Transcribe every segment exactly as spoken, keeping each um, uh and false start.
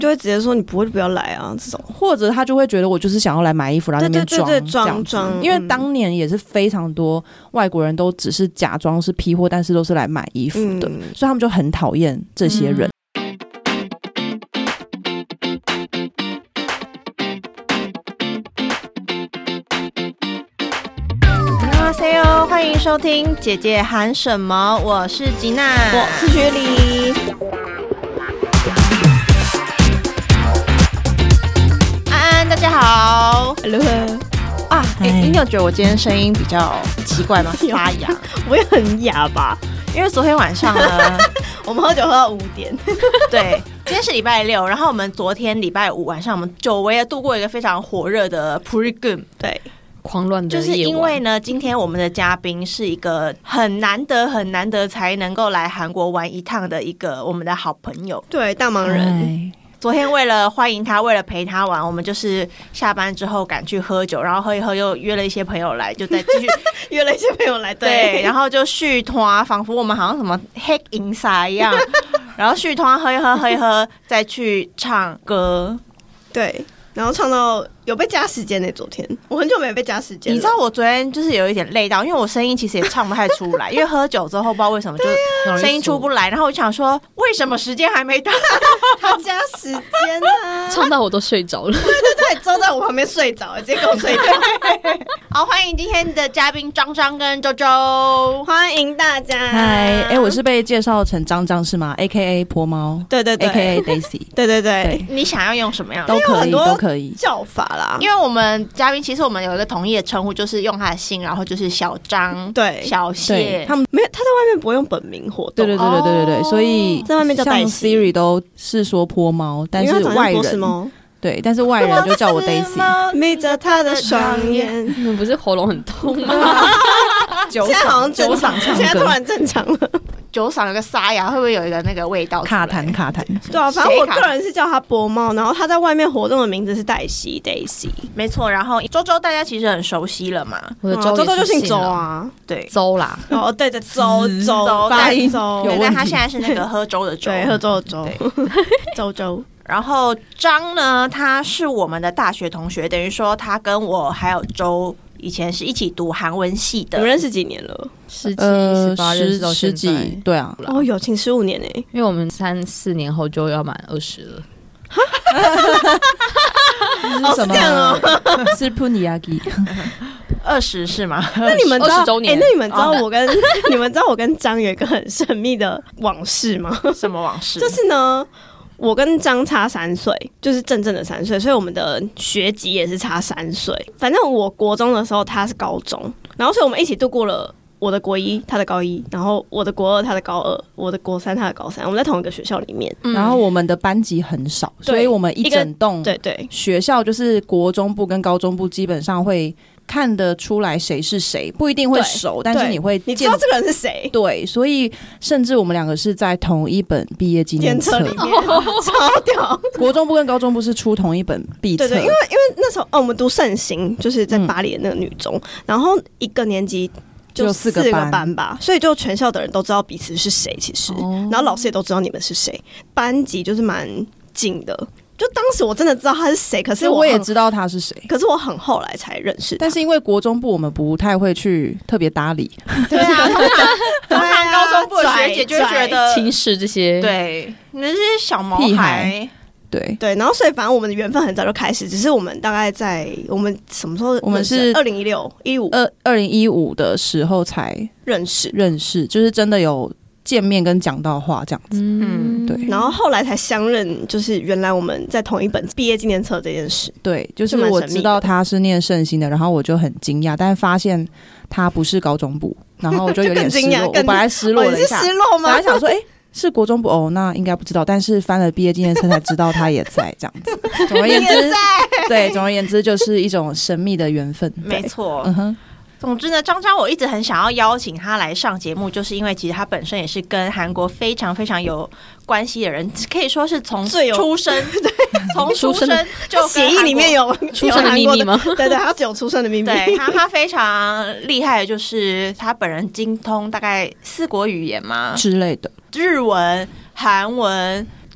就会直接说你不会就不要来啊这种， 或者他就会觉得我就是想要来买衣服，然后在那边装， 对对对对装装。 因为当年也是非常多外国人都只是假装是批货，但是都是来买衣服的，嗯、所以他们就很讨厌这些人。 Hello， 欢迎收听姐姐喊什么，我是吉娜， 我是雪莉。 大家好 ，Hello 啊！哎、欸，你有觉得我今天声音比较奇怪吗？发哑， 我也很哑吧？ 因为昨天晚上呢， 我们喝酒喝到五点。 对，今天是礼拜六，然后我们昨天礼拜五晚上，我们久违的度过一个非常火热的 pregame， 对， 狂乱的夜晚。 就是因为呢，今天我们的嘉宾是一个很难得、很难得才能够来韩国玩一趟的一个我们的好朋友， 对，大忙人。 昨天为了欢迎他，为了陪他玩，我们就是下班之后赶去喝酒，然后喝一喝又约了一些朋友来，就再继续约了一些朋友来， 对, 对，然后就续团，仿佛我们好像什么 hack inside 一样，然后续团喝一喝喝一喝，再去唱歌， 对，然后唱到有被加时间呢、欸。昨天我很久没被加时间了， 你知道我昨天就是有一点累到，因为我声音其实也唱不太出来，因为喝酒之后不知道为什么就声音出不来，然后我就想说为什么时间还没到， 他加时间啊， 唱到我都睡着了。 对对对，周在我旁边睡着，直接跟我睡觉。 好，欢迎今天的嘉宾张张跟周周， 欢迎大家。 嗨，哎，我是被介绍成张张是吗 ？A K A 泼猫， 对对对 ，A K A Daisy， 对对对， 你想要用什么样的都可以，都可以叫法啦。 因为我们嘉宾其实我们有一个统一的称呼，就是用他的姓，然后就是小张， 对， 小谢， 他们没有他在外面不会用本名活动， 对对对对对对对，所以在外面叫像 Siri 都是说泼猫，但是外人对，但是外人就叫我 Daisy， 眯着他的双眼， 你们不是喉咙很痛吗？ 酒现在好像酒嗓唱歌， 现在突然正常了。 酒嗓有个沙哑，会不会有一个那个味道？ 卡痰卡痰。 对啊，反正我个人是叫他波猫，然后他在外面活动的名字是黛西 Daisy， 没错。然后周周大家其实很熟悉了嘛， 我的周周周就姓周啊， 对， 周啦。 哦，对对，周周发音周， 对，但他现在是那个喝粥的粥， 对，喝粥的粥，周周。 然后张呢，他是我们的大学同学，等于说他跟我还有周以前是一起读韩文系的。 你们认识几年了？ 十几、十八，认识到十几，对啊。 哦，友情十五年诶， 因为我们三四年后就要满二十了。 哦，是这样哦， 是 Punyagi。 二十是吗？ 那你们知道？哎、欸，那你们知道我跟、哦、你们知道我跟张有一个很神秘的往事吗？ 什么往事？ 就是呢，我跟张差三岁，就是正正的三岁，所以我们的学籍也是差三岁。反正我国中的时候，他是高中，然后所以我们一起度过了我的国一，他的高一，然后我的国二，他的高二，我的国三，他的高三，我们在同一个学校里面。 嗯、然后我们的班级很少，所以我们一整栋对对学校就是国中部跟高中部基本上会看得出来谁是谁，不一定会熟，但是你会你知道这个人是谁。 对，所以甚至我们两个是在同一本毕业纪念册里面，超屌。 国中部跟高中部是出同一本毕册， 对对，因为因为那时候哦，我们读圣心，就是在巴黎的那个女中，嗯、然后一个年级就四个班吧，所以就全校的人都知道彼此是谁，其实，哦、然后老师也都知道你们是谁，班级就是蛮近的。就当时我真的知道他是谁，可是 我, 我也知道他是谁， 可是我很后来才认识他。 但是因为国中部我们不太会去特别搭理， 对啊，通常通常高中部的学姐就会觉得轻视这些， 对，你们这些小毛孩。 对对，然后所以反正我们的缘分很早就开始，只是我们大概在我们什么时候？ 我们是二零一六一五二二零一五的时候才认识认识，就是真的有见面跟讲到话这样子。嗯，对。 然后后来才相认，就是原来我们在同一本毕业纪念册这件事。 对，就是我知道他是念圣心的，然后我就很惊讶，但是发现他不是高中部，然后我就有点失落。我本来失落了一下， 哦、你是失落吗？ 本来想说，哎、欸。是国中部哦，那应该不知道，但是翻了毕业纪念册才知道他也在这样子。总而言之，对，总而言之就是一种神秘的缘分。 没错， 嗯哼。 总之呢，张张我一直很想要邀请他来上节目，就是因为其实他本身也是跟韩国非常非常有关系的人，可以说是从出生，从出生就协议里面有出生的秘密吗？ 对对，他有出生的秘密。 对他，他非常厉害的就是他本人精通大概四国语言嘛之类的， 日文、韩文、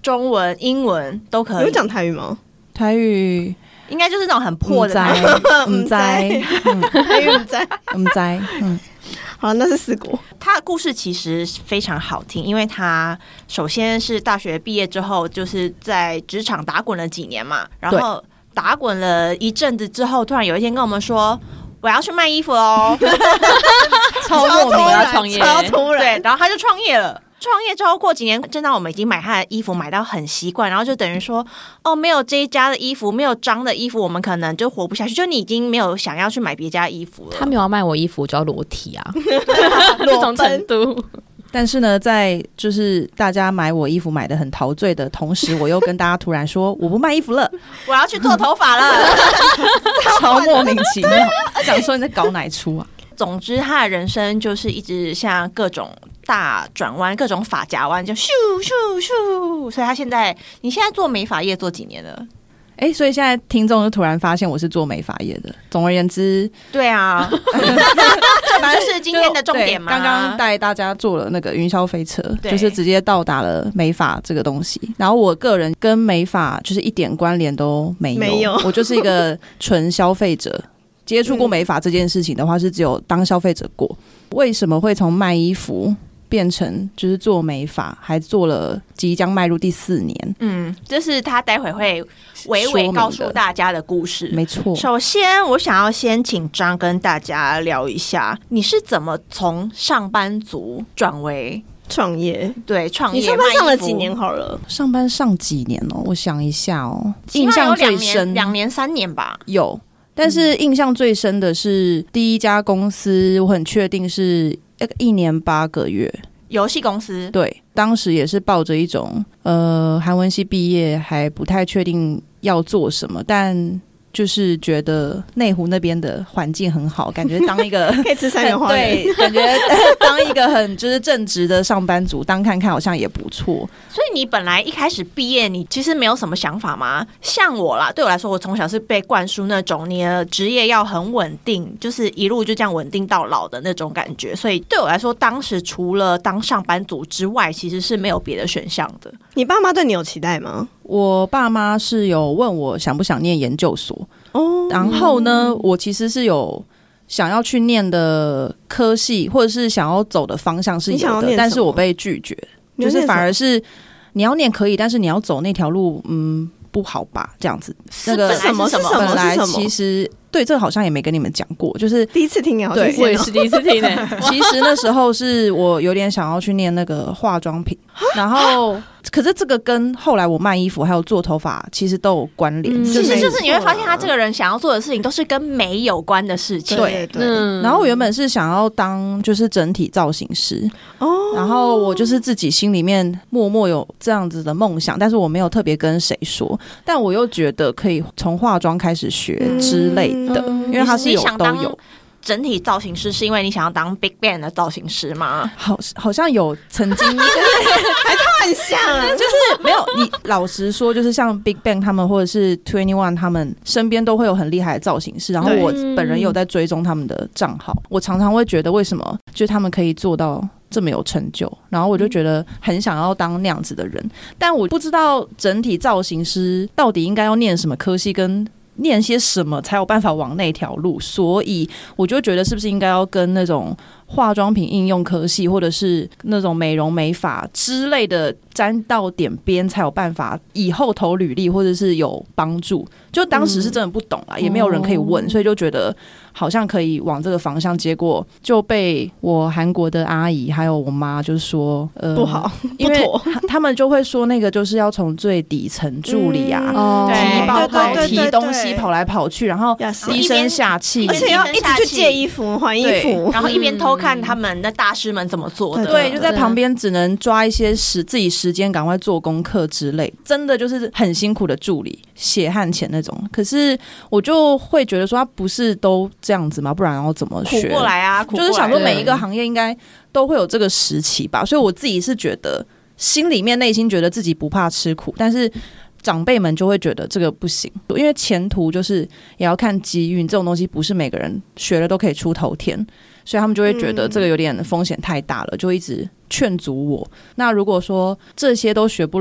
中文、英文都可以。 你会讲台语吗？ 台语应该就是那种很破的台语。 唔知，台语唔知， 唔知，嗯。 好，那是四国。 他的故事其实非常好听，因为他首先是大学毕业之后，就是在职场打滚了几年嘛，然后打滚了一阵子之后，突然有一天跟我们说我要去卖衣服哦， 超莫名要创业， 超突然， 对，然后他就创业了。创业之后过几年，正当我们已经买他的衣服买到很习惯，然后就等于说哦，没有这一家的衣服，没有张的衣服，我们可能就活不下去。就你已经没有想要去买别家衣服了。 他没有要卖我衣服，我就要裸体啊，这种程度。 但是呢，在就是大家买我衣服买的很陶醉的同时，我又跟大家突然说我不卖衣服了， 我要去做头发了， 超莫名其妙，想说你在搞哪出啊？ 总之，他的人生就是一直像各种大转弯、各种发夹弯，就咻咻咻。所以他现在，你现在做美发业做几年了？ 哎、欸，所以现在听众就突然发现我是做美发业的。总而言之， 对啊，这就是今天的重点嘛。 刚刚带大家坐了那个云霄飞车，就是直接到达了美发这个东西。然后我个人跟美发就是一点关联都没有， 没有， 我就是一个纯消费者。接触过美发这件事情的话，是只有当消费者过。为什么会从卖衣服变成就是做美发，还做了即将迈入第四年？ 嗯，这是他待会会娓娓告诉大家的故事。 没错。 首先，我想要先请张跟大家聊一下，你是怎么从上班族转为创业？ 对，创业。 你上班上了几年好了？ 上班上几年哦？我想一下哦，印象最深两年三年吧。 有。但是印象最深的是第一家公司，我很确定是一年八个月。 游戏公司。 对，当时也是抱着一种呃，韩文系毕业还不太确定要做什么，但就是觉得内湖那边的环境很好，感觉当一个可以吃三元花园， 对，感觉当一个很就是正直的上班族，当看看好像也不错。 所以你本来一开始毕业，你其实没有什么想法吗？像我啦，对我来说，我从小是被灌输那种你的职业要很稳定，就是一路就这样稳定到老的那种感觉。所以对我来说，当时除了当上班族之外，其实是没有别的选项的。 你爸妈对你有期待吗？ 我爸妈是有问我想不想念研究所哦， 然后呢，我其实是有想要去念的科系，或者是想要走的方向是有的，但是我被拒绝，就是反而是你要念可以，但是你要走那条路，嗯，不好吧？这样子，那个什么什么本来其实对这个好像也没跟你们讲过，就是第一次听，好像对， 我也是第一次听诶。 其实那时候是我有点想要去念那个化妆品，然后。可是这个跟后来我卖衣服还有做头发其实都有关联， 嗯、其实就是你会发现他这个人想要做的事情都是跟美有关的事情。 对对、嗯。然后我原本是想要当就是整体造型师哦，然后我就是自己心里面默默有这样子的梦想，但是我没有特别跟谁说，但我又觉得可以从化妆开始学之类的，嗯、因为它是有都有。 整体造型师是因为你想要当 Big Bang 的造型师吗？ 好，好像有曾经，就是还很像， 就是没有。你老实说，就是像 Big Bang 他们或者是二十一他们身边都会有很厉害的造型师，然后我本人有在追踪他们的账号，我常常会觉得为什么就是他们可以做到这么有成就，然后我就觉得很想要当那样子的人，但我不知道整体造型师到底应该要念什么科系跟。念些什么才有办法往那条路，所以我就觉得是不是应该要跟那种化妆品应用科系或者是那种美容美发之类的沾到点边才有办法以后投履历或者是有帮助。就当时是真的不懂啦、嗯、也没有人可以问，所以就觉得好像可以往这个方向，结果就被我韩国的阿姨还有我妈就说呃不好， 因为他们就会说那个就是要从最底层助理啊、嗯、提包包提东西跑来跑去，然后低声下气， 而且要一直去借衣服换衣服， 然后一边偷看他们的大师们怎么做的， 对，就在旁边只能抓一些时自己时间赶快做功课之类，真的就是很辛苦的助理，血汗钱那种。可是我就会觉得说他不是都这样子吗？不然要怎么学？ 苦过来啊，苦过来， 就是想说每一个行业应该都会有这个时期吧，所以我自己是觉得心里面内心觉得自己不怕吃苦，但是长辈们就会觉得这个不行，因为前途就是也要看机运，这种东西不是每个人学了都可以出头天，所以他们就会觉得这个有点风险太大了，就一直劝阻我。那如果说这些都学不了，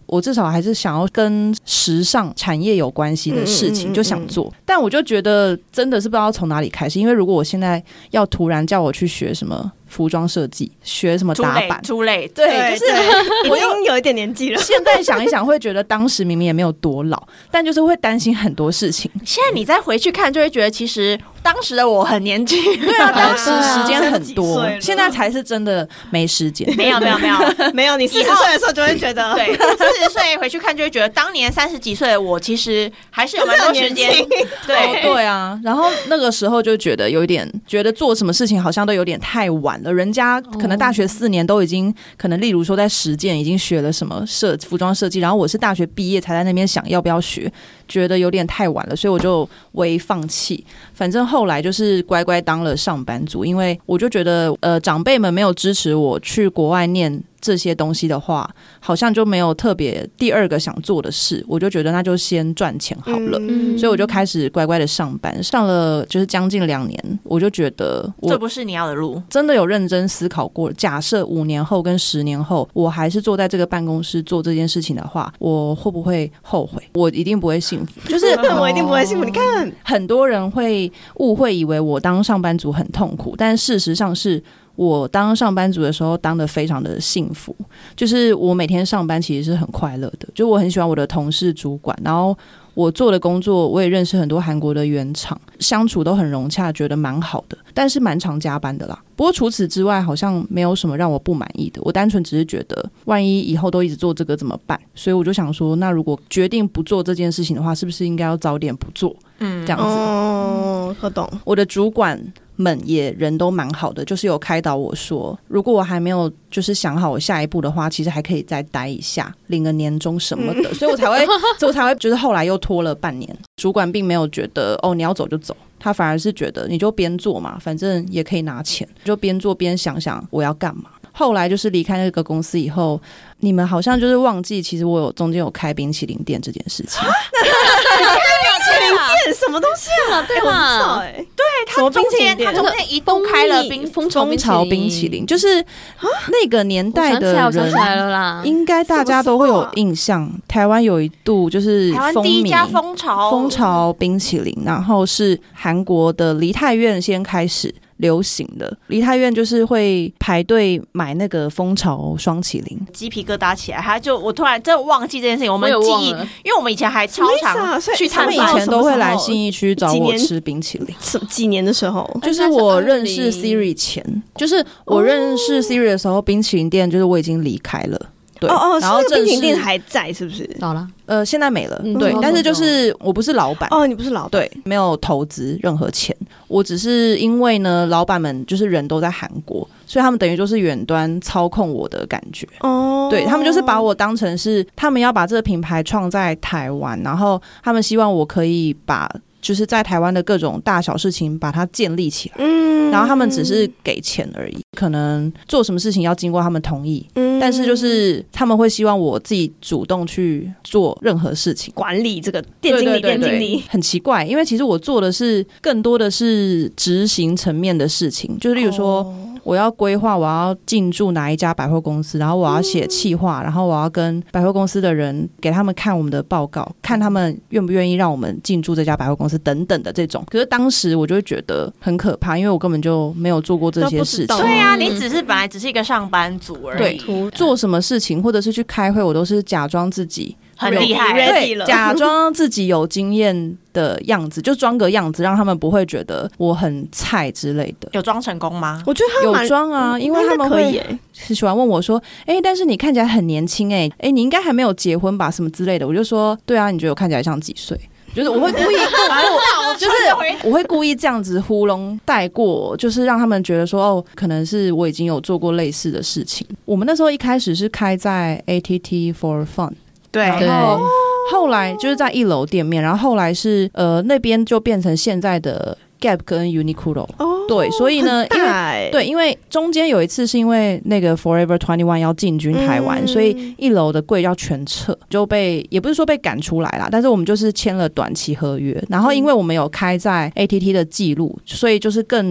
我至少还是想要跟时尚产业有关系的事情就想做，但我就觉得真的是不知道从哪里开始，因为如果我现在要突然叫我去学什么服装设计，学什么打版出类， 对， 就是已经有一点年纪了。 现在想一想，会觉得当时明明也没有多老，但就是会担心很多事情。 现在你再回去看，就会觉得其实当时的我很年轻。 对啊，当时时间很多， 啊、 现在才是真的没时间。 没有没有没有没有，你四十岁的时候就会觉得， 对，四十岁回去看就会觉得，当年三十几岁的我其实还是有蛮多时间。对、 哦、对啊，然后那个时候就觉得有一点，觉得做什么事情好像都有点太晚了，人家可能大学四年都已经可能例如说在实践已经学了什么设服装设计，然后我是大学毕业才在那边想要不要学，觉得有点太晚了，所以我就微放弃。反正后来就是乖乖当了上班族，因为我就觉得呃长辈们没有支持我去国外念这些东西的话，好像就没有特别第二个想做的事，我就觉得那就先赚钱好了、嗯、所以我就开始乖乖的上班，上了就是将近两年，我就觉得我这不是你要的路， 真的有认真思考过，假设五年后跟十年后我还是坐在这个办公室做这件事情的话，我会不会后悔？我一定不会幸福，就是我一定不会幸福。你看很多人会误会以为我当上班族很痛苦，但事实上是我当上班族的时候当得非常的幸福，就是我每天上班其实是很快乐的，就我很喜欢我的同事主管，然后我做的工作我也认识很多韩国的原厂，相处都很融洽，觉得蛮好的，但是蛮常加班的啦。不过除此之外好像没有什么让我不满意的，我单纯只是觉得万一以后都一直做这个怎么办，所以我就想说那如果决定不做这件事情的话，是不是应该要早点不做，嗯，这样子。 哦，我懂。 我的主管们也人都蛮好的，就是有开导我说如果我还没有就是想好我下一步的话，其实还可以再待一下，领个年终什么的、嗯、所以我才会所以我才会就是后来又拖了半年。主管并没有觉得哦你要走就走，他反而是觉得你就边做嘛，反正也可以拿钱，就边做边想想我要干嘛。后来就是离开那个公司以后，你们好像就是忘记其实我有中间有开冰淇淋店这件事情。 冰淇淋店什么东西啊？对吧？哎，对， 他中间他中间一度开了冰蜂巢冰淇淋，就是那个年代的人， 我想起来了啦， 应该大家都会有印象。台湾有一度就是台湾第一家蜂巢蜂巢冰淇淋，然后是韩国的梨泰院先开始流行的，梨泰院就是会排队买那个蜂巢双淇淋， 鸡皮疙瘩起来。他就我突然真的忘记这件事情，我们记忆，因为我们以前还超常去探访， 他们以前都会来信义区找我吃冰淇淋。 什么几年的时候？ 就是我认识 Siri 前，就是我认识 Siri 的时候，冰淇淋店就是我已经离开了。对， 哦哦， 然后冰淇淋店还在是不是？ 好了， 呃，现在没了。 嗯、 对，但是就是我不是老板哦，你不是老板， 对，没有投资任何钱，我只是因为呢，老板们就是人都在韩国，所以他们等于就是远端操控我的感觉。哦，对，他们就是把我当成是他们要把这个品牌创在台湾，然后他们希望我可以把就是在台湾的各种大小事情把它建立起来，嗯，然后他们只是给钱而已，可能做什么事情要经过他们同意，嗯，但是就是他们会希望我自己主动去做任何事情， 管理这个店经理，店经理很奇怪，因为其实我做的是更多的是执行层面的事情，就是例如说。哦，我要规划我要进驻哪一家百货公司，然后我要写企划，然后我要跟百货公司的人给他们看我们的报告，看他们愿不愿意让我们进驻这家百货公司等等的这种。可是当时我就会觉得很可怕，因为我根本就没有做过这些事情。 对啊，你只是本来只是一个上班族而已。 对，做什么事情或者是去开会，我都是假装自己很厉害， 对，假装自己有经验的样子，就装个样子，让他们不会觉得我很菜之类的。 有装成功吗？ 我觉得他们有装啊，因为他们会是喜欢问我说：“哎、欸，但是你看起来很年轻、欸，哎，哎，你应该还没有结婚吧？什么之类的。”我就说：“对啊，你觉得我看起来像几岁？”就是我会故意就是我会故意这样子糊弄带过，就是让他们觉得说哦，可能是我已经有做过类似的事情。我们那时候一开始是开在 A T T for Fun。 对， 然后后来就是在一楼店面，然后后来是呃那边就变成现在的 Gap 跟 Uniqlo。哦，对，所以呢，因为对，因为中间有一次是因为那个 Forever 二十一要进军台湾，嗯、所以一楼的柜要全撤，就被也不是说被赶出来啦，但是我们就是签了短期合约。然后因为我们有开在 A T T 的记录，所以就是更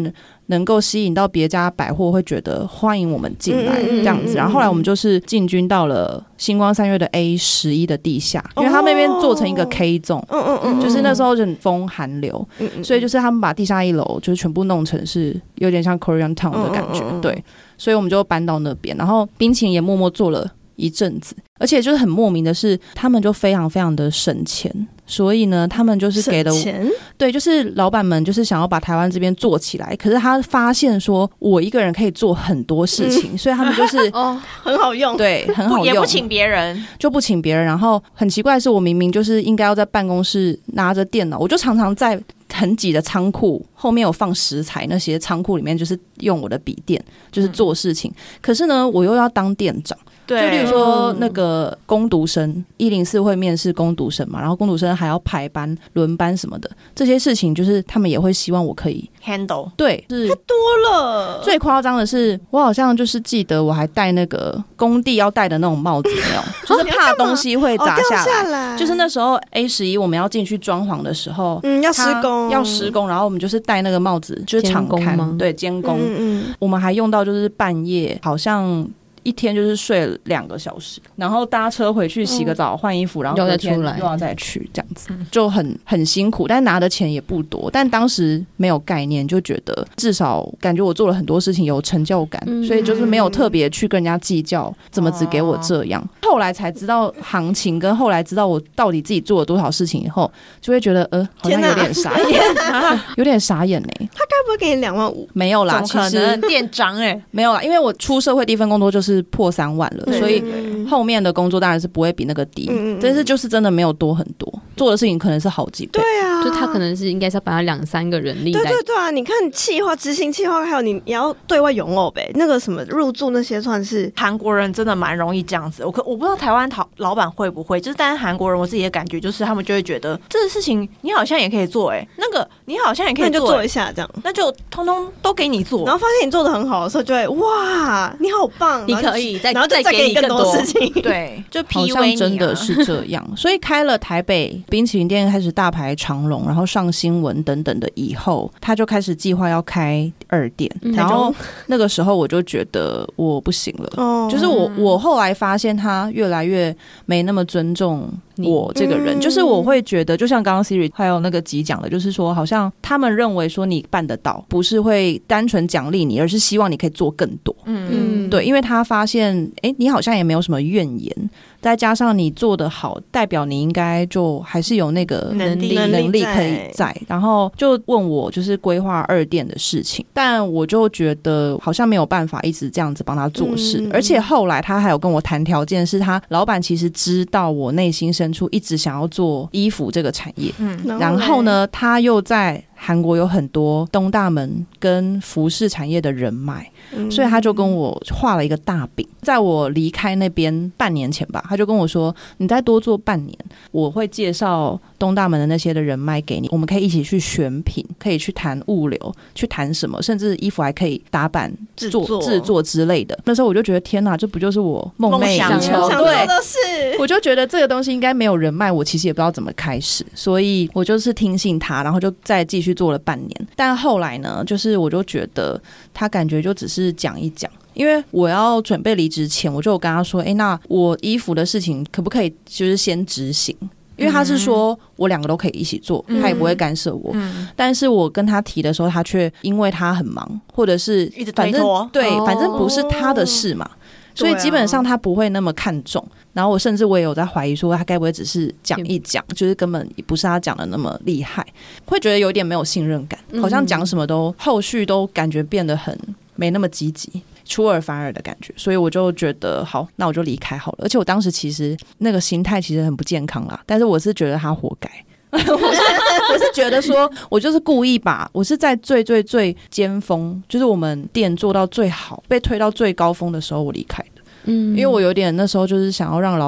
能够吸引到别家百货会觉得欢迎我们进来这样子。然后后来我们就是进军到了星光三月的 A 十一 的地下，因为他们那边做成一个 K 纵，就是那时候很风寒流，所以就是他们把地下一楼就是全部弄成是有点像 Korean Town 的感觉，对，所以我们就搬到那边，然后冰淇淋也默默做了一阵子，而且就是很莫名的是，他们就非常非常的省钱，所以呢，他们就是给了我，对，就是老板们就是想要把台湾这边做起来，可是他发现说我一个人可以做很多事情，嗯、所以他们就是哦很好用， 对，很好用， 也不请别人， 就不请别人。然后很奇怪的是，我明明就是应该要在办公室拿着电脑，我就常常在很挤的仓库后面有放食材，那些仓库里面就是用我的笔电就是做事情，嗯、可是呢，我又要当店长。对，就例如说那个工读生一零四会面试工读生嘛，然后工读生还要排班轮班什么的，这些事情就是他们也会希望我可以 handle。 对，是太多了。 最夸张的是我好像就是记得我还戴那个工地要戴的那种帽子，没有就是怕东西会砸下 来,、哦、下来就是那时候 A 十一 我们要进去装潢的时候， 嗯，要施工要施工，然后我们就是戴那个帽子就是场勘，对，监工、嗯嗯、我们还用到就是半夜好像一天就是睡两个小时，然后搭车回去洗个澡换、嗯、衣服，然后隔天又要再去，这样子就很很辛苦，但拿的钱也不多，但当时没有概念，就觉得至少感觉我做了很多事情有成就感、嗯、所以就是没有特别去跟人家计较怎么只给我这样、哦、后来才知道行情，跟后来知道我到底自己做了多少事情以后，就会觉得呃好像有点傻眼有点傻眼呢、欸。 他该不会给你两万五？ 没有啦， 怎么可能店长哎、欸， 没有啦，因为我出社会第一份工作就是破三万了、嗯、所以后面的工作当然是不会比那个低、嗯、但是就是真的没有多很多，做的事情可能是好几倍。 对啊， 就他可能是应该是要把他两三个人力在， 对对对啊，你看企划执行企划，还有你也要对外拥偶呗，那个什么入驻那些算是韩国人真的蛮容易这样子。我可我不知道台湾老板会不会，就是但是韩国人我自己的感觉就是他们就会觉得这个事情你好像也可以做哎、欸，那个你好像也可以做、欸， 那就做一下这样， 那就通通都给你做， 然后发现你做的很好的时候，就会哇你好棒， 你可以再然后再给你更多事情， 对，就 P U A 你、啊、 好像真的是这样。所以开了台北冰淇淋店开始大排长龙，然后上新闻等等的以后，他就开始计划要开二店、嗯、然后那个时候我就觉得我不行了、哦、就是我我后来发现他越来越没那么尊重我这个人、嗯、就是我会觉得就像刚刚 Siri 还有那个吉讲的，就是说好像他们认为说你办得到不是会单纯奖励你，而是希望你可以做更多。嗯，对，因为他发现哎，你好像也没有什么怨言，再加上你做得好，代表你应该就还是有那个能力能力可以在，然后就问我就是规划二店的事情，但我就觉得好像没有办法一直这样子帮他做事、嗯、而且后来他还有跟我谈条件，是他老板其实知道我内心深处一直想要做衣服这个产业，嗯，然后呢他又在韩国有很多东大门跟服饰产业的人脉、嗯、所以他就跟我画了一个大饼，在我离开那边半年前吧，他就跟我说你再多做半年，我会介绍东大门的那些的人脉给你，我们可以一起去选品，可以去谈物流，去谈什么，甚至衣服还可以打版制作制作之类的。那时候我就觉得天哪，这不就是我梦寐以求？ 对， 我就觉得这个东西应该没有人脉，我其实也不知道怎么开始，所以我就是听信他，然后就再继续去做了半年。但后来呢，就是我就觉得他感觉就只是讲一讲，因为我要准备离职前，我就有跟他说，哎，那我衣服的事情可不可以就是先执行？因为他是说我两个都可以一起做、嗯、他也不会干涉我、嗯、但是我跟他提的时候，他却因为他很忙，或者是一直推脱， 对、哦、反正不是他的事嘛，所以基本上他不会那么看重、啊、然后我甚至我也有在怀疑说他该不会只是讲一讲、嗯、就是根本不是他讲的那么厉害，会觉得有点没有信任感，好像讲什么都后续都感觉变得很没那么积极，出尔反尔的感觉，所以我就觉得好，那我就离开好了。而且我当时其实那个心态其实很不健康啦，但是我是觉得他活该我, 是我是觉得说我就是故意把我是在最最最尖峰，就是我们店做到最好被推到最高峰的时候我离开的，嗯，因为我有点那时候就是想要让老板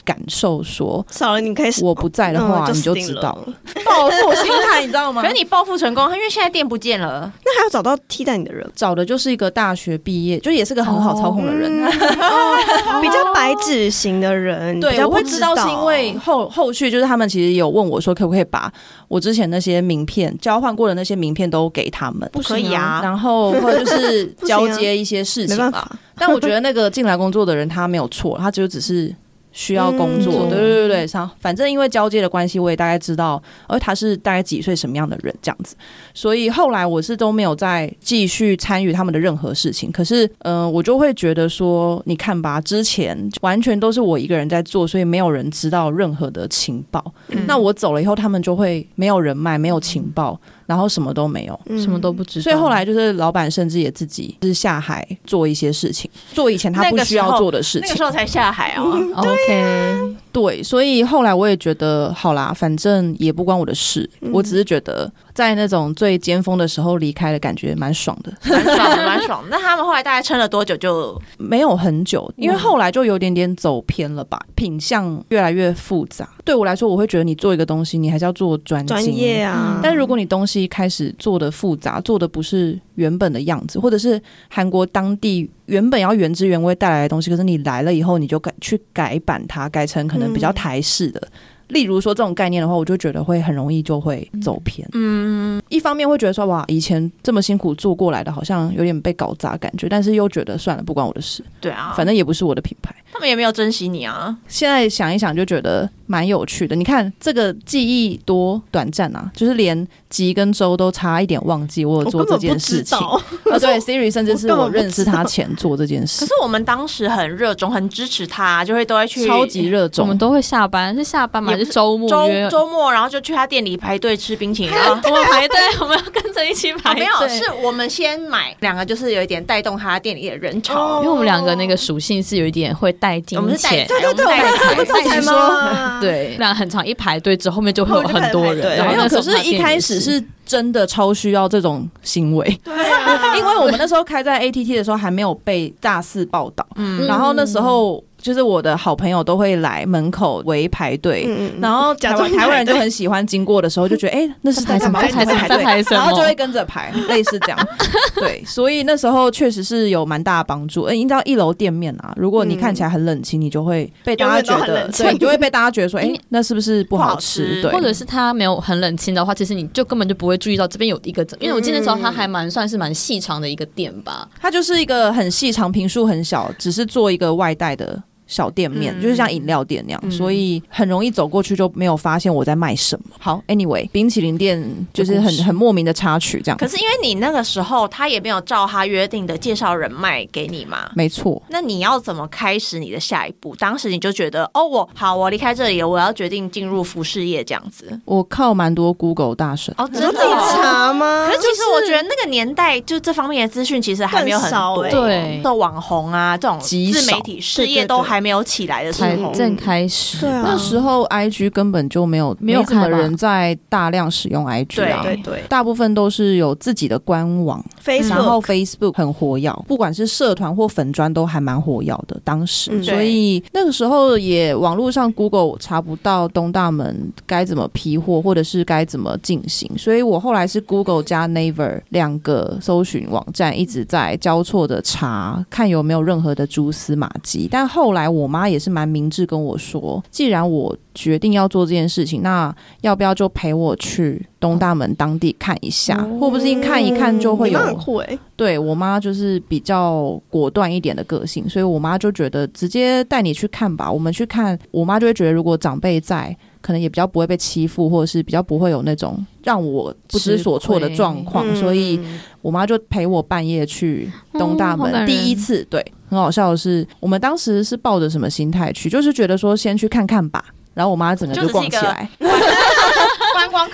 感受说， 少了你可以我不在的话、 嗯、 你就知道了，报复心态你知道吗？ 可是你报复成功，因为现在店不见了， 那还要找到替代你的人， 找的就是一个大学毕业，就也是个很好操控的人， 哦、比较白纸型的人。 对， 比较我会知道是因为后后续就是他们其实有问我说，可不可以把我之前那些名片交换过的那些名片都给他们？ 不可以啊， 然后或者就是交接一些事情嘛。但我觉得那个进来工作的人他没有错，他就只是需要工作，嗯、对对对对，反正因为交接的关系，我也大概知道，而他是大概几岁什么样的人这样子，所以后来我是都没有再继续参与他们的任何事情。可是，嗯、呃，我就会觉得说，你看吧，之前完全都是我一个人在做，所以没有人知道任何的情报。嗯、那我走了以后，他们就会没有人脉，没有情报。然后什么都没有、 嗯、什么都不知道， 所以后来就是老板甚至也自己就是下海做一些事情，做以前他不需要做的事情， 那个时候才下海哦、 嗯、 OK， 对，所以后来我也觉得好啦，反正也不关我的事、嗯、我只是觉得在那种最尖峰的时候离开的感觉蛮爽的， 蛮爽的蛮爽的。那他们后来大概撑了多久？就没有很久，因为后来就有点点走偏了吧，品相越来越复杂。对我来说，我会觉得你做一个东西你还是要做专精专业啊、 嗯、但是如果你东西开始做的复杂，做的不是原本的样子，或者是韩国当地原本要原汁原味带来的东西，可是你来了以后你就改去改版它，改成可能比较台式的、嗯、例如说这种概念的话，我就觉得会很容易就会走偏。嗯，一方面会觉得说哇，以前这么辛苦做过来的好像有点被搞砸感觉，但是又觉得算了，不关我的事。 对啊， 反正也不是我的品牌， 他们也没有珍惜你啊。 现在想一想就觉得蛮有趣的。你看这个记忆多短暂啊，就是连吉跟周都差一点忘记我有做这件事情。啊，对 ，Siri 甚至是我认识他前做这件事。 可是我们当时很热衷，很支持他，就会都会去， 超级热衷。 我们都会下班，是下班吗？还是周末周周末，然后就去他店里排队吃冰淇淋。然后我们排队，我们要跟着一起排队。 哦、没有，是我们先买，两个就是有一点带动他店里的人潮， 因为我们两个那个属性是有一点会带金钱。 我们是带， 对对对，我们是带财吗？ 对， 那很长一排队之后，后面就会有很多人。 然后可是一开始是真的超需要这种行为， 对啊， 因为我们那时候开在 A T T 的时候还没有被大肆报道，嗯，然后那时候就是我的好朋友都会来门口围排队，嗯、然后台湾台湾人就很喜欢经过的时候就觉得，哎、欸，那是在干嘛？ 在排队， 然后就会跟着排，类似这样。对，所以那时候确实是有蛮大的帮助。嗯，你知道一楼店面啊，如果你看起来很冷清，你就会被大家觉得，对，你就会被大家觉得说，哎、欸，那是不是不好吃？对， 或者是它没有很冷清的话，其实你就根本就不会注意到这边有一个，因为我记得那时候它还蛮算是蛮细长的一个店吧， 它就是一个很细长，坪数很小，只是做一个外带的小店面，嗯、就是像饮料店那样，嗯、所以很容易走过去就没有发现我在卖什么。好 ，anyway， 冰淇淋店就是很很莫名的插曲这样。 可是因为你那个时候他也没有照他约定的介绍人脉给你嘛， 没错。 那你要怎么开始你的下一步？当时你就觉得哦，我好，我离开这里了，我要决定进入服饰业这样子。 我靠蛮多 Google 大神哦，真的自己查吗？ 可是其实我觉得那个年代就这方面的资讯其实还没有很多， 欸、 对， 的网红啊这种自媒体事业都还没有起来的时候。 才正开始， 对啊，那时候 I G 根本就没有没有什么人在大量使用 I G 啊， 对对对， 大部分都是有自己的官网 ，Facebook， 然后 Facebook 很活跃，不管是社团或粉专都还蛮活跃的。当时，嗯、所以那个时候也网络上 Google 查不到东大门该怎么批货，或者是该怎么进行，所以我后来是 Google 加 Naver 两个搜寻网站一直在交错的查，看有没有任何的蛛丝马迹。但后来我妈也是蛮明智跟我说，既然我决定要做这件事情，那要不要就陪我去东大门当地看一下，哦、或不是看一看就会有。 欸、 对，我妈就是比较果断一点的个性，所以我妈就觉得直接带你去看吧。我们去看，我妈就会觉得如果长辈在，可能也比较不会被欺负，或者是比较不会有那种让我不知所措的状况，所以我妈就陪我半夜去东大门。嗯、第一次，对，很好笑的是，我们当时是抱着什么心态去，就是觉得说先去看看吧。然后我妈整个就逛起来， 观光客的感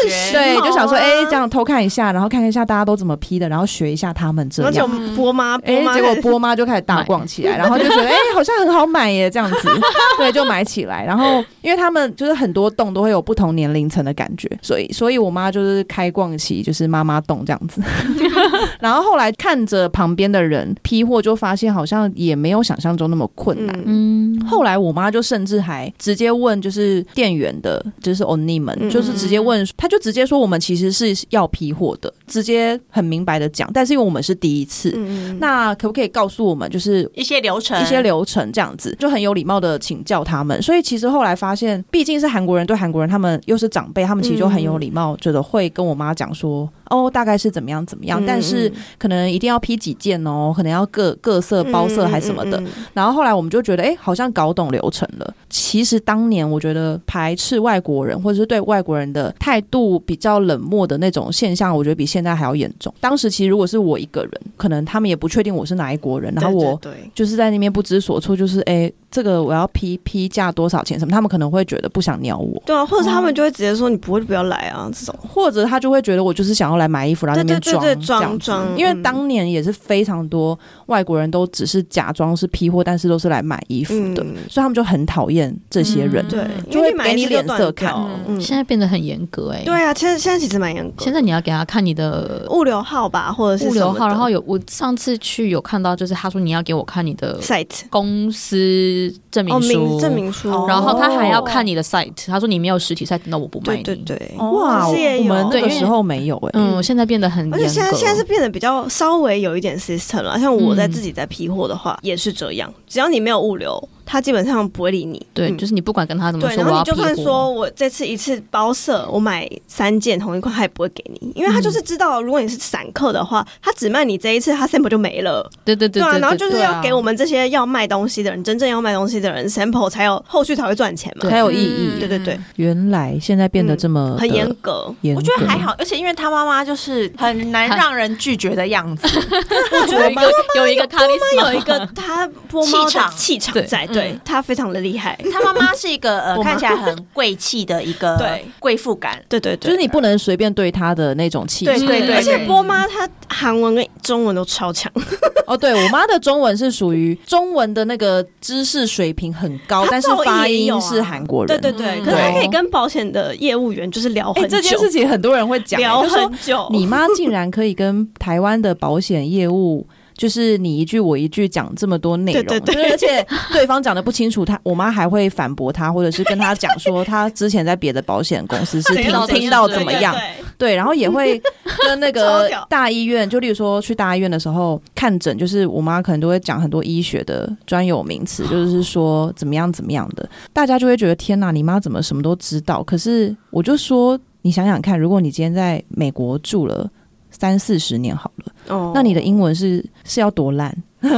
觉， 对，就想说，哎、 欸， 这样偷看一下，然后看一下大家都怎么 P 的，然后学一下他们这然后样。 就波妈， 哎、 波妈， 结果波妈就开始大逛起来，然后就觉得，哎、好像很好买耶，这样子，对，就买起来。然后，因为他们就是很多栋都会有不同年龄层的感觉，所以，所以我妈就是开逛期，就是妈妈栋这样子。然后后来看着旁边的人批货，就发现好像也没有想象中那么困难。 嗯， 嗯， 后来我妈就甚至还直接问，就是店员的，就是 Oni 们， 嗯就是直接问，他就直接说我们其实是要批货的，直接很明白的讲。但是因为我们是第一次， 嗯那可不可以告诉我们，就是一些流程， 一些流程这样子，就很有礼貌的请教他们。所以其实后来发现，毕竟是韩国人对韩国人，他们又是长辈，他们其实就很有礼貌，觉得会跟我妈讲说，哦，大概是怎么样怎么样， 嗯但是可能一定要批几件哦，可能要各各色包色还是什么的。 嗯嗯嗯然后后来我们就觉得，哎，好像搞懂流程了。其实当年我觉得排斥外国人，或者是对外国人的态度比较冷漠的那种现象，我觉得比现在还要严重。当时其实如果是我一个人，可能他们也不确定我是哪一国人，然后我对对对就是在那边不知所措，就是哎，这个我要批批价多少钱什么，他们可能会觉得不想鸟我。 对啊，或者是他们就会直接说你不会就不要来啊这种， 或者他就会觉得我就是想要来买衣服，然后在那边装对对对对这样子装装因为当年也是非常多外国人都只是假装是批货，但是都是来买衣服的， 嗯所以他们就很讨厌这些人， 嗯对， 就会因为买一次给你脸就断色看掉嗯， 现在变得很严格哎、 对啊，现在现在其实蛮严格的， 现在你要给他看你的物流号吧，或者是什么的物流号，然后有我上次去有看到，就是他说你要给我看你的 site 公司证明哦， 书， 名证明书， 哦然后他还要看你的 site，他说你没有实体 site，那我不卖对你。 对对， 哇， 其实也有我们那对因为个时候没有哎、 嗯，现在变得很严格， 而且现在现在是变得比较稍微有一点 system 了，像我在自己在批货的话、也是这样，只要你没有物流，他基本上不会理你。 对， 嗯就是你不管跟他怎么对， 说， 然后你就我要批货算说我这次一次包色，我买三件同一款，他也不会给你，因为他就是知道，如果你是散客的话，他只卖你这一次，他 sample 就没了。 对对对对对啊，然后就是对啊要给我们这些要卖东西的人，真正要卖东西的人 sample 才有后续才会赚钱嘛。 才有意义。 对对对， 原来现在变得这么的很严格。 严格， 我觉得还好，而且因为他妈妈就是很难让人拒绝的样子， 我觉得有一个有一个卡里斯有一个他波猫气场的气场对在，对嗯他非常的厉害。 他妈妈是一个呃我妈看起来很贵气的一个对贵妇感， 对对对， 就是你不能随便对他的那种气场。 对对对， 而且对波妈她韩文跟中文都超强， 哦，对我妈的中文是属于中文的那个知识水平很高，但是发音是韩国人。 对对对， 嗯可是她可以跟保险的业务员就是聊哎、 很久， 这件事情很多人会讲、 聊就说很久。 你妈竟然可以跟台湾的保险业务。就是你一句我一句讲这么多内容， 对对对就是而且对方讲的不清楚，他我妈还会反驳他，或者是跟他讲说他之前在别的保险公司是听怎样听到怎么样， 对对对对，然后也会跟那超个屌大医院，就例如说去大医院的时候看诊，就是我妈可能都会讲很多医学的专有名词，就是说怎么样怎么样的，大家就会觉得天哪，你妈怎么什么都知道？可是我就说，你想想看，如果你今天在美国住了三四十年好了， 哦那你的英文是是要多烂？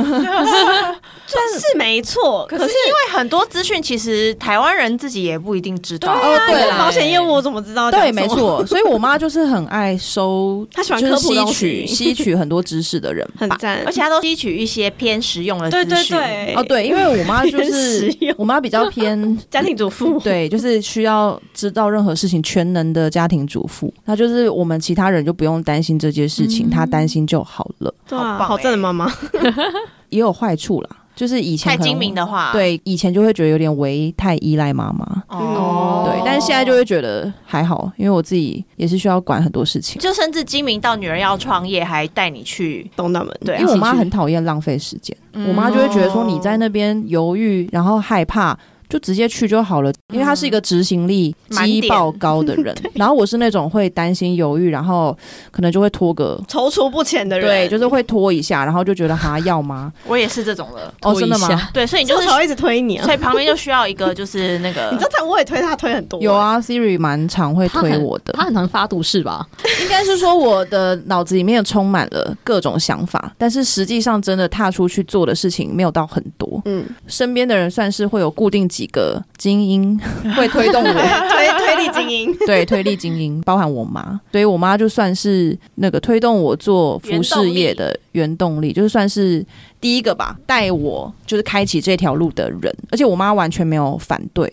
是没错，可是可是因为很多资讯其实台湾人自己也不一定知道， 哦对啦保险业务我怎么知道讲什对， 么？ 没错，所以我妈就是很爱收， 她喜欢就是吸科普东取西， 吸取很多知识的人吧。 很赞， 而且他都吸取一些偏实用的资对讯。 对对， 哦，对，因为我妈就偏是实用我妈比较偏家庭主妇， 对，就是需要知道任何事情，全能的家庭主妇。那就是我们其他人就不用担心这件事情，她担心就好了。 对啊， 好棒好赞的妈妈， 也有坏处啦，就是以前可能太精明的话， 对，以前就会觉得有点为太依赖妈妈。 哦， 对，但是现在就会觉得还好，因为我自己也是需要管很多事情。 就甚至精明到女儿要创业，还带你去， 懂他们， 对啊因为我妈一起去很讨厌浪费时间， 嗯我妈就会觉得说你在那边犹豫，然后害怕。就直接去就好了，因为她是一个执行力激爆高的人，然后我是那种会担心犹豫，然后可能就会拖个， 踌躇不前的人， 对，就是会拖一下，然后就觉得哈要吗？ 我也是这种的。 哦， 拖一真的吗下？ 对，所以你就是就才会一直推你啊所。以旁边就需要一个就是那个你知道他，我也推他推很多， 有，啊 ，Siri 蛮常会推我的， 他很常发毒誓吧？ 应该是说我的脑子里面充满了各种想法，但是实际上真的踏出去做的事情没有到很多。 嗯， 身边的人算是会有固定几个精英会推动我， 推推力精英， 对，推力精英，包含我妈，所以我妈就算是那个推动我做服饰业的原动力，就是算是第一个吧，带我就是开启这条路的人，而且我妈完全没有反对。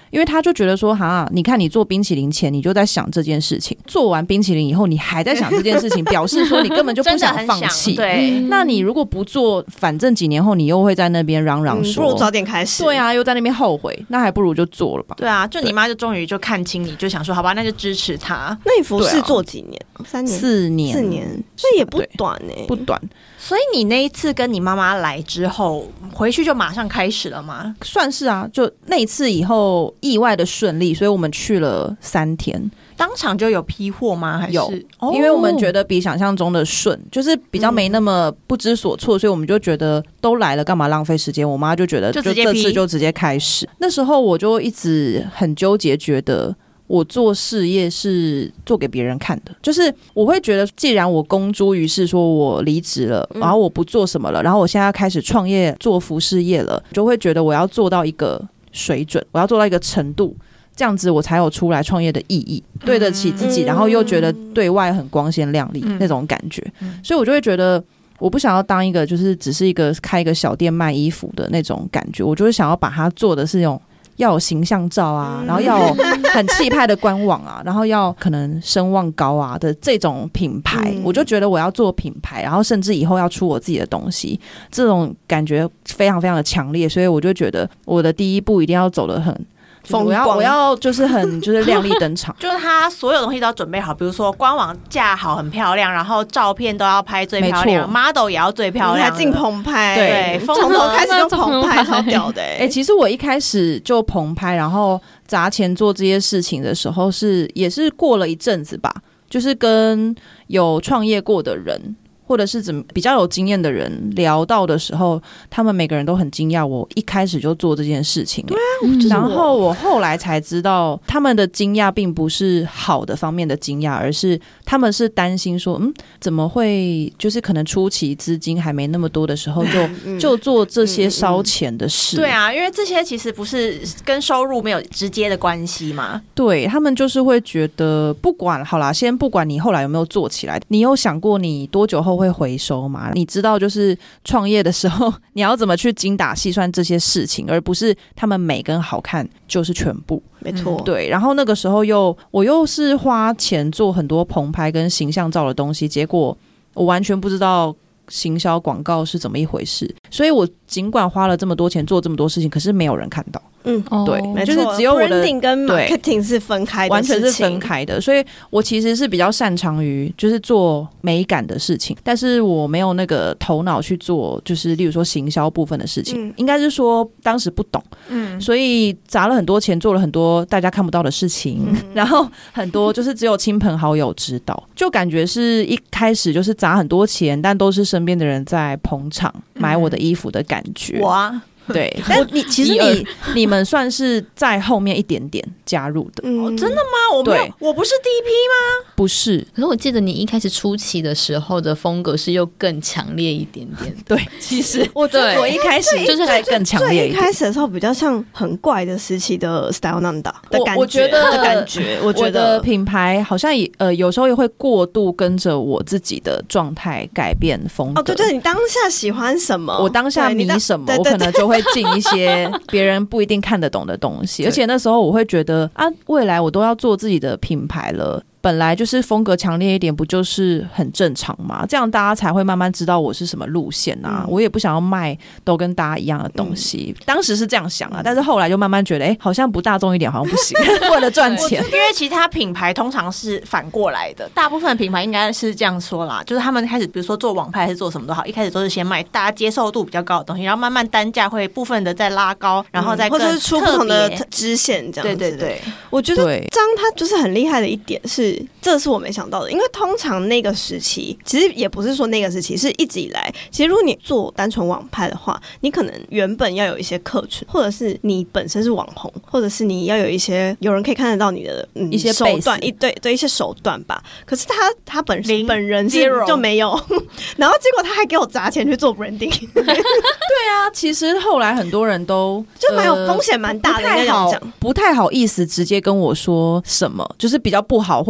因为他就觉得说哈，你看你做冰淇淋前你就在想这件事情，做完冰淇淋以后你还在想这件事情，表示说你根本就不想放弃。 对， 那你如果不做，反正几年后你又会在那边嚷嚷说、 嗯、不如早点开始。 对啊，又在那边后悔，那还不如就做了吧。 对啊，就你妈就终于就看清你，就想说好吧，那就支持他。 那你服侍做几年？三年、 四年、 四年，这也不短哎、欸， 不短。 所以你那一次跟你妈妈来之后，回去就马上开始了吗？ 算是啊，就那一次以后意外的顺利，所以我们去了三天。 当场就有批货吗？还是有、哦？因为我们觉得比想象中的顺，就是比较没那么不知所措，嗯、所以我们就觉得都来了，干嘛浪费时间？我妈就觉得就这次就直接开始。那时候我就一直很纠结，觉得我做事业是做给别人看的，就是我会觉得，既然我公诸于世，说我离职了，然后我不做什么了，然后我现在要开始创业做服饰业了，就会觉得我要做到一个水准，我要做到一个程度。这样子我才有出来创业的意义，对得起自己，然后又觉得对外很光鲜亮丽、嗯、那种感觉，所以我就会觉得我不想要当一个就是只是一个开一个小店卖衣服的那种感觉，我就是想要把它做的是那种要有形象照啊，然后要有很气派的官网啊，然后要可能声望高啊的这种品牌，我就觉得我要做品牌，然后甚至以后要出我自己的东西，这种感觉非常非常的强烈，所以我就觉得我的第一步一定要走得很我要我要就是很就是亮丽登场， 就是他所有东西都要准备好，比如说官网架好很漂亮，然后照片都要拍最漂亮 ，model 也要最漂亮， 还进棚拍， 对， 从头开始就棚拍，超屌的、欸。 哎、欸，其实我一开始就棚拍，然后砸钱做这些事情的时候是，是也是过了一阵子吧，就是跟有创业过的人。或者是怎么比较有经验的人聊到的时候，他们每个人都很惊讶我一开始就做这件事情。 对啊，嗯、 然后我后来才知道，他们的惊讶并不是好的方面的惊讶，而是他们是担心说，嗯，怎么会就是可能初期资金还没那么多的时候就、嗯、就做这些烧钱的事、 嗯嗯嗯。对啊，因为这些其实不是跟收入没有直接的关系嘛。 对，他们就是会觉得，不管好啦，先不管你后来有没有做起来，你有想过你多久后会回收吗？你知道就是创业的时候你要怎么去精打细算这些事情，而不是他们美跟好看就是全部。 没错、 嗯、对，然后那个时候又我又是花钱做很多棚拍跟形象照的东西，结果我完全不知道行销广告是怎么一回事，所以我尽管花了这么多钱做这么多事情，可是没有人看到。嗯，对， 没就是只有我的 branding 跟 marketing 是分开的， 完全是分开的。所以我其实是比较擅长于就是做美感的事情，但是我没有那个头脑去做，就是例如说行销部分的事情。嗯、应该是说当时不懂，嗯，所以砸了很多钱，做了很多大家看不到的事情，嗯、然后很多就是只有亲朋好友知道，就感觉是一开始就是砸很多钱，但都是身边的人在捧场买我的衣服的感觉。 我啊。 对，但你其实你你们算是在后面一点点加入的。 嗯、哦，真的吗？我没有，我不是第一批吗？ 不是。 可是我记得你一开始初期的时候的风格是又更强烈一点点。 对，其实我觉得我一开始就是还更强烈一点。 最一开始的时候比较像很怪的时期的 Style Nanda 的感觉， 我觉得的感觉，我觉得品牌好像也呃有时候也会过度跟着我自己的状态改变风格。 哦，对对，你当下喜欢什么， 我当下迷什么，我可能就会进一些别人不一定看得懂的东西。而且那时候我会觉得啊，未来我都要做自己的品牌了，本来就是风格强烈一点，不就是很正常吗？这样大家才会慢慢知道我是什么路线啊。嗯、我也不想要卖都跟大家一样的东西，嗯、当时是这样想啊，但是后来就慢慢觉得，哎、欸，好像不大众一点，好像不行，为了赚钱。 因为其他品牌通常是反过来的，大部分的品牌应该是这样说啦，就是他们开始，比如说做网拍还是做什么都好，一开始都是先卖大家接受度比较高的东西，然后慢慢单价会部分的再拉高，然后再更、嗯、 或者是出不同的支线这样子。 对对对， 我觉得张他就是很厉害的一点是。这是我没想到的，因为通常那个时期，其实也不是说那个时期，是一直以来，其实如果你做单纯网拍的话，你可能原本要有一些客群，或者是你本身是网红，或者是你要有一些有人可以看得到你的、嗯、 一些手段，一对对一些手段吧。可是他他本本人是就没有，然后结果他还给我砸钱去做 branding。对啊，其实后来很多人都就蛮有风险蛮大的， 呃、不太好不太好意思直接跟我说什么，就是比较不好或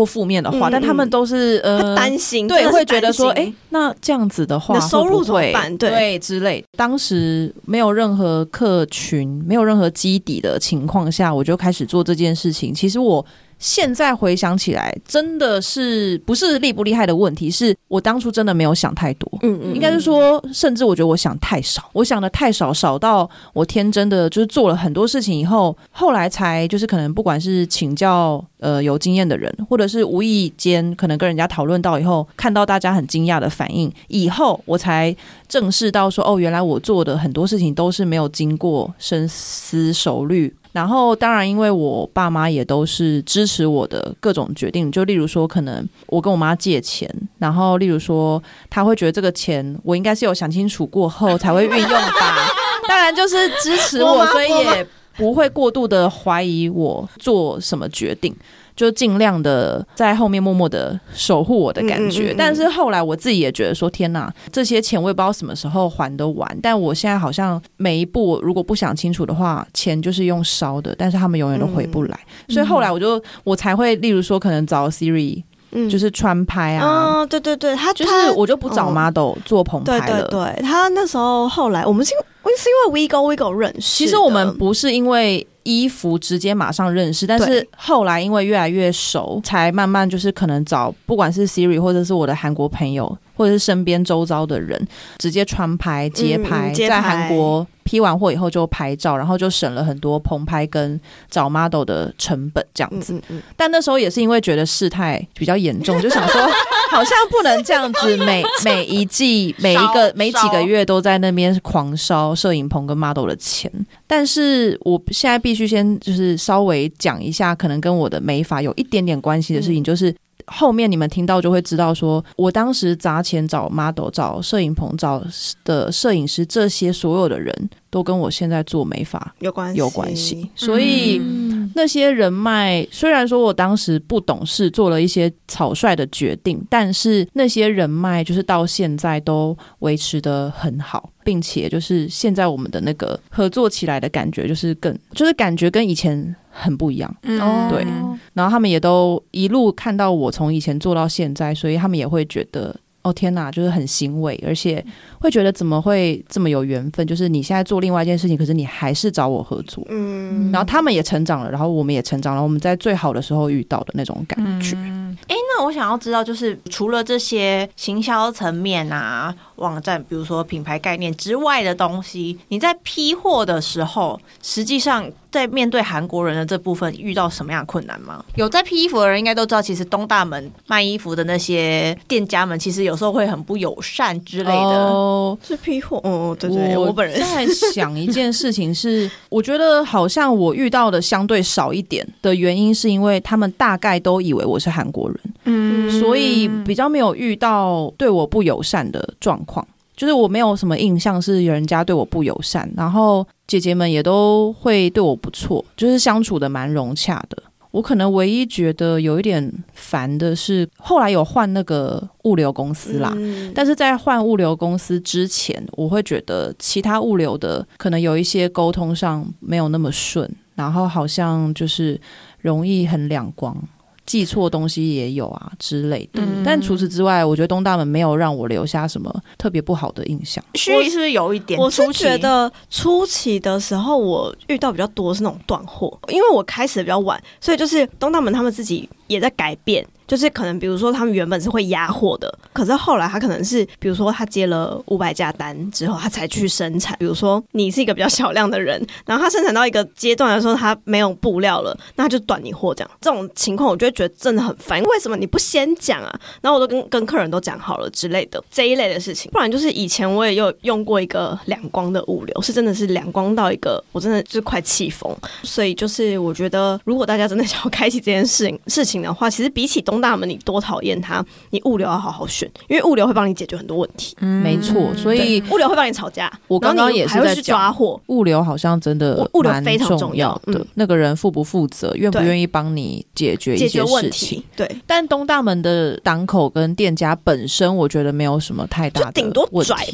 负面的话， 嗯、 但他们都是呃担心， 对，会觉得说， 哎、 欸，那这样子的话， 你的收入怎么办？ 会不会 对, 对之类。当时没有任何客群，没有任何基底的情况下，我就开始做这件事情。其实我现在回想起来，真的是不是厉不厉害的问题，是我当初真的没有想太多。嗯嗯，应该是说，甚至我觉得我想太少，我想的太少，少到我天真的就是做了很多事情以后，后来才就是可能不管是请教呃有经验的人，或者是无意间可能跟人家讨论到以后，看到大家很惊讶的反应以后，我才正视到说，哦，原来我做的很多事情都是没有经过深思熟虑。然后当然因为我爸妈也都是支持我的各种决定，就例如说可能我跟我妈借钱，然后例如说他会觉得这个钱我应该是有想清楚过后才会运用吧，当然就是支持我，所以也不会过度的怀疑我做什么决定，就尽量的在后面默默的守护我的感觉。嗯嗯嗯嗯，但是后来我自己也觉得说，天哪，这些钱我也不知道什么时候还得完，但我现在好像每一步如果不想清楚的话，钱就是用烧的，但是他们永远都回不来。嗯、所以后来我就我才会例如说可能找 Siri，嗯、就是穿拍啊， 哦，对对对，他就是我就不找 model、嗯、做棚拍了。 对对对，他那时候后来我们是是因为 WeGo WeGo 认识， 其实我们不是因为衣服直接马上认识，但是后来因为越来越熟，才慢慢就是可能找不管是 Siri 或者是我的韩国朋友，或者是身边周遭的人，直接穿拍街拍，嗯、街拍在韩国批完货以后就拍照，然后就省了很多棚拍跟找 model 的成本这样子。嗯嗯嗯，但那时候也是因为觉得事态比较严重，就想说好像不能这样子每每一季每一个每几个月都在那边狂烧摄影棚跟 model 的钱。但是我现在必须先就是稍微讲一下可能跟我的美发有一点点关系的事情，嗯、就是后面你们听到就会知道说，我当时砸钱找 model 找摄影棚找的摄影师，这些所有的人都跟我现在做美发有关系有关系。所以、嗯、那些人脉虽然说我当时不懂事做了一些草率的决定，但是那些人脉就是到现在都维持得很好，并且就是现在我们的那个合作起来的感觉就是更就是感觉跟以前很不一样。嗯，对。然后他们也都一路看到我从以前做到现在，所以他们也会觉得哦天哪，就是很欣慰，而且会觉得怎么会这么有缘分，就是你现在做另外一件事情，可是你还是找我合作。嗯，然后他们也成长了，然后我们也成长了，我们在最好的时候遇到的那种感觉。嗯， 哎，那我想要知道，就是除了这些行销层面啊、网站，比如说品牌概念之外的东西，你在批货的时候，实际上在面对韩国人的这部分遇到什么样的困难吗？有在批衣服的人应该都知道，其实东大门卖衣服的那些店家们，其实有时候会很不友善之类的。 哦， 是批货，哦，对对，我本人在想一件事情是，我觉得好像我遇到的相对少一点的原因，是因为他们大概都以为我是韩国人，嗯，所以比较没有遇到对我不友善的状况。就是我没有什么印象是有人家对我不友善，然后姐姐们也都会对我不错，就是相处的蛮融洽的。我可能唯一觉得有一点烦的是，后来有换那个物流公司啦，嗯、但是在换物流公司之前，我会觉得其他物流的可能有一些沟通上没有那么顺，然后好像就是容易很两光。记错东西也有啊之类的、嗯、但除此之外我觉得东大门没有让我留下什么特别不好的印象。 虚是不是有一点？ 我是觉得初期的时候我遇到比较多是那种断货，因为我开始的比较晚，所以就是东大门他们自己也在改变，就是可能比如说他们原本是会压货的，可是后来他可能是比如说他接了五百架单之后他才去生产，比如说你是一个比较小量的人，然后他生产到一个阶段的时候他没有布料了，那他就断你货，这样这种情况我就会觉得真的很烦，为什么你不先讲啊？然后我都跟跟客人都讲好了之类的这一类的事情。不然就是以前我也有用过一个两光的物流，是真的是两光到一个我真的就是快气疯，所以就是我觉得如果大家真的想要开启这件事情事情的话，其实比起东大门你多讨厌它，你物流要好好选，因为物流会帮你解决很多问题。 嗯，没错，所以物流会帮你吵架。 我刚刚也是在去抓货， 物流好像真的物流非常重要的、 嗯。那个人负不负责，愿不愿意帮你解决一些事情？ 对。 但东大门的档口跟店家本身，我觉得没有什么太大的问题， 就顶多拽吧。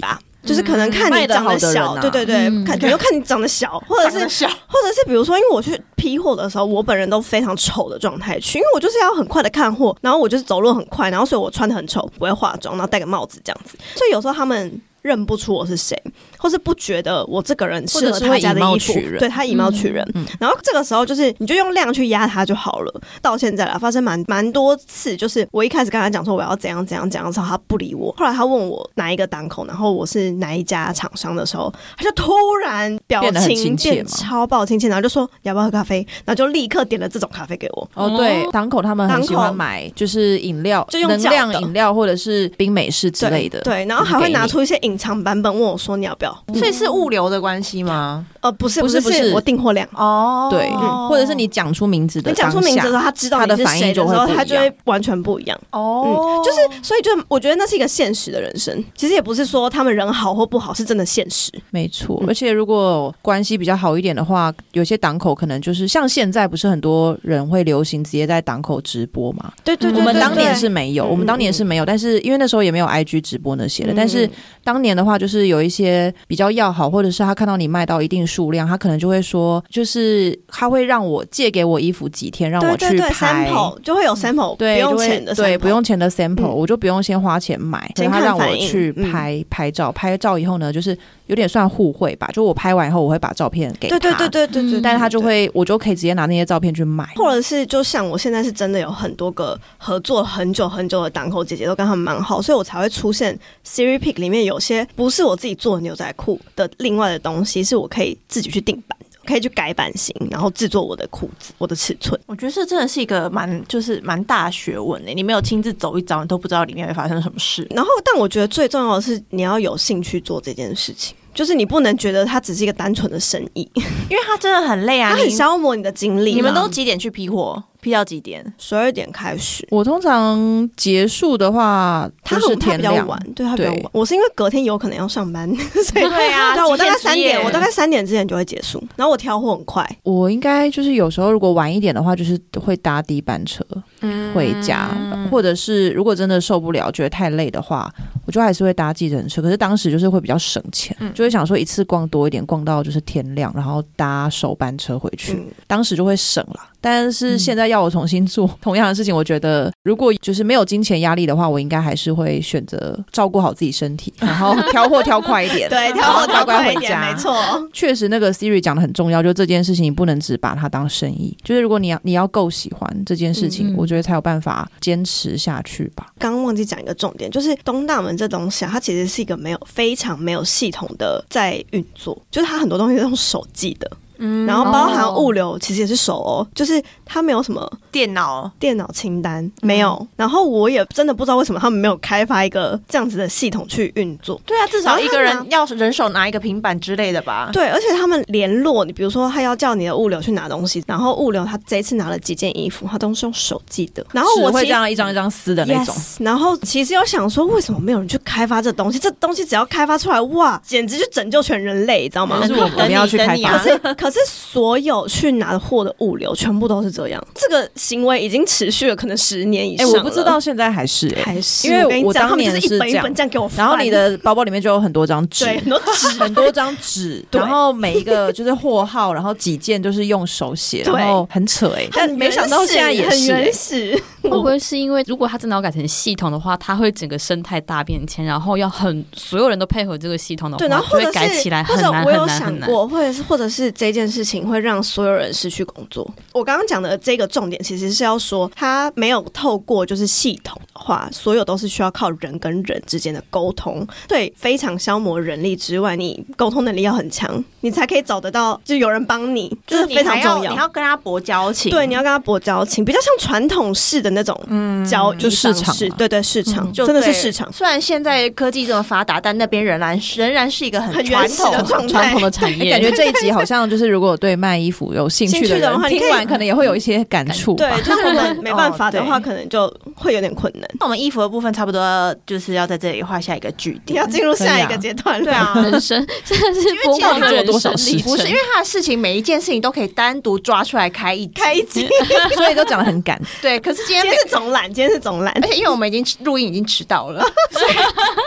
就是可能看你长得小， 嗯、 对对对，嗯、看比如看你长得小，或者是或者是比如说，因为我去批货的时候，我本人都非常丑的状态去，因为我就是要很快的看货，然后我就是走路很快，然后所以我穿得很丑，不会化妆，然后戴个帽子这样子，所以有时候他们认不出我是谁，或是不觉得我这个人适合他家的衣服，对他以貌取人、嗯嗯。然后这个时候就是你就用量去压他就好了。到现在啦，发生蛮蛮多次，就是我一开始跟他讲说我要怎样怎样怎样的时候，他不理我。后来他问我哪一个档口，然后我是哪一家厂商的时候，他就突然表情变超爆亲切，然后就说要不要喝咖啡，然后就立刻点了这种咖啡给我。 哦，对，档口他们很喜欢买就是饮料， 就用能量饮料或者是冰美式之类的， 对，对，然后还会拿出一些隐藏版本问我说你要不要。 所以是物流的关系吗？ 呃，不是，不是， 不是，我订货量哦， 对、嗯，或者是你讲出名字的， 你讲出名字的时候，他知道你是谁的时候，他就会完全不一样哦、 嗯。就是，所以就我觉得那是一个现实的人生，其实也不是说他们人好或不好，是真的现实。 没错、嗯，而且如果关系比较好一点的话，有些档口可能就是像现在不是很多人会流行直接在档口直播嘛？ 对对 对, 对, 对, 对， 我们当年是没有，嗯、我们当年是没有，但是因为那时候也没有 I G 直播那些的、嗯，但是当年的话，就是有一些比较要好，或者是他看到你卖到一定数量，他可能就会说，就是他会让我借给我衣服几天，让我去拍， 对对对 sample 就会有 sample， 对， 不用钱的 sample， 对，不用钱的 sample，、嗯、我就不用先花钱买，所以他让我去拍、嗯、拍照，拍照以后呢，就是有点算互惠吧，就我拍完以后，我会把照片给他， 对对对对对对， 但是他就会，我就可以直接拿那些照片去卖， 或者是就像我现在是真的有很多个合作很久很久的档口姐姐都跟他们蛮好，所以我才会出现 Siri Pick 里面有些不是我自己做的牛仔裤的另外的东西，是我可以自己去定版的，可以去改版型，然后制作我的裤子，我的尺寸。 我觉得这真的是一个蛮就是蛮大的学问诶，你没有亲自走一遭，你都不知道里面会发生什么事。 然后，但我觉得最重要的是你要有兴趣做这件事情。就是你不能觉得它只是一个单纯的生意， 因为它真的很累啊， 它很消磨你的精力。 你们都几点去批货？批到几点？ 十二点开始。 我通常结束的话，就是天亮， 它比较晚，对，它比较晚。我是因为隔天有可能要上班，所以对啊， 对，我大概三点，我大概三点之前就会结束。然后我挑货很快， 我应该就是有时候如果晚一点的话，就是会搭低班车回家，嗯、或者是如果真的受不了，觉得太累的话，我就还是会搭计程车。可是当时就是会比较省钱，嗯、就会想说一次逛多一点，逛到就是天亮，然后搭首班车回去，嗯、当时就会省啦。但是现在要我重新做同样的事情，我觉得如果就是没有金钱压力的话，我应该还是会选择照顾好自己身体，然后挑货挑快一点， 对，挑货挑快一点，没错。 确实，那个 Siri 讲的很重要，就这件事情你不能只把它当生意，就是如果你要你要够喜欢这件事情，嗯、我觉得才有办法坚持下去吧。 刚刚忘记讲一个重点，就是东大门这东西啊，它其实是一个没有非常没有系统的在运作，就是它很多东西是用手记的。嗯，然后包含物流其实也是手哦，就是它没有什么电脑电脑清单没有、嗯，然后我也真的不知道为什么他们没有开发一个这样子的系统去运作。 对啊，至少一个人要人手拿一个平板之类的吧。 对，而且他们联络你，比如说他要叫你的物流去拿东西，然后物流他这一次拿了几件衣服，他都是用手记的，然后我会这样一张一张撕的那种。 Yes, 然后其实有想说，为什么没有人去开发这东西？这东西只要开发出来，哇，简直就拯救全人类，你知道吗？ 是我们要去开发， 可是可是所有有去拿货的物流全部都是这样，这个行为已经持续了可能十年以上了。 哎、欸，我不知道现在还是、欸， 还是因为我当年是这样，他们就是一本一本这样给我翻， 然后你的包包里面就有很多张纸， 对，很多纸， 很多张纸，然后每一个就是货号，然后几件就是用手写，然后很扯哎、欸，但没想到现在也是、欸、 很原始。 会不会是因为如果他真的要改成系统的话，他会整个生态大变迁，然后要很所有人都配合这个系统的话， 对，然后或者是就会改起来很难或者我有很难很难。 想过，或者是或者是这件事情会让所有人失去工作。我刚刚讲的这个重点其实是要说，他没有透过就是系统的话，所有都是需要靠人跟人之间的沟通，对，非常消磨人力之外，你沟通能力要很强，你才可以找得到就有人帮你， 就是非常重要，你要跟他博交情， 对，你要跟他博交情，比较像传统式的那种交易、嗯、 就市场， 对对，市场、嗯、 就真的是市场。 虽然现在科技这么发达，但那边仍然仍然是一个很传统的状态， 传统的产业。 感觉这一集好像就是，如果对卖衣服有兴趣的人， 的话听完可能也会有一些感触。 对，就是我们没办法的话，可能就会有点困难。 那我们衣服的部分差不多就是要在这里画下一个句点， 要进入下一个阶段了。 对啊， 人生真的是播放做多少事情， 不是因为他的事情，每一件事情都可以单独抓出来开一集开一集， 所以都讲得很赶。 对，可是今天今天是总览，今天是总览， 而且因为我们已经录音已经迟到了，所以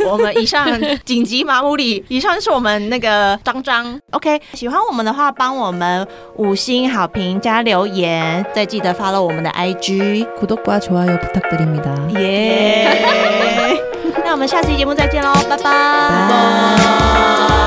我们以上紧急马姆里，以上就是我们那个张张。OK， 喜欢我们的话，帮我们五星好评加留言，再记得 follow 我们的 I G。구독과좋아요부탁드립니다。耶！那我们下期节目再见喽，拜拜。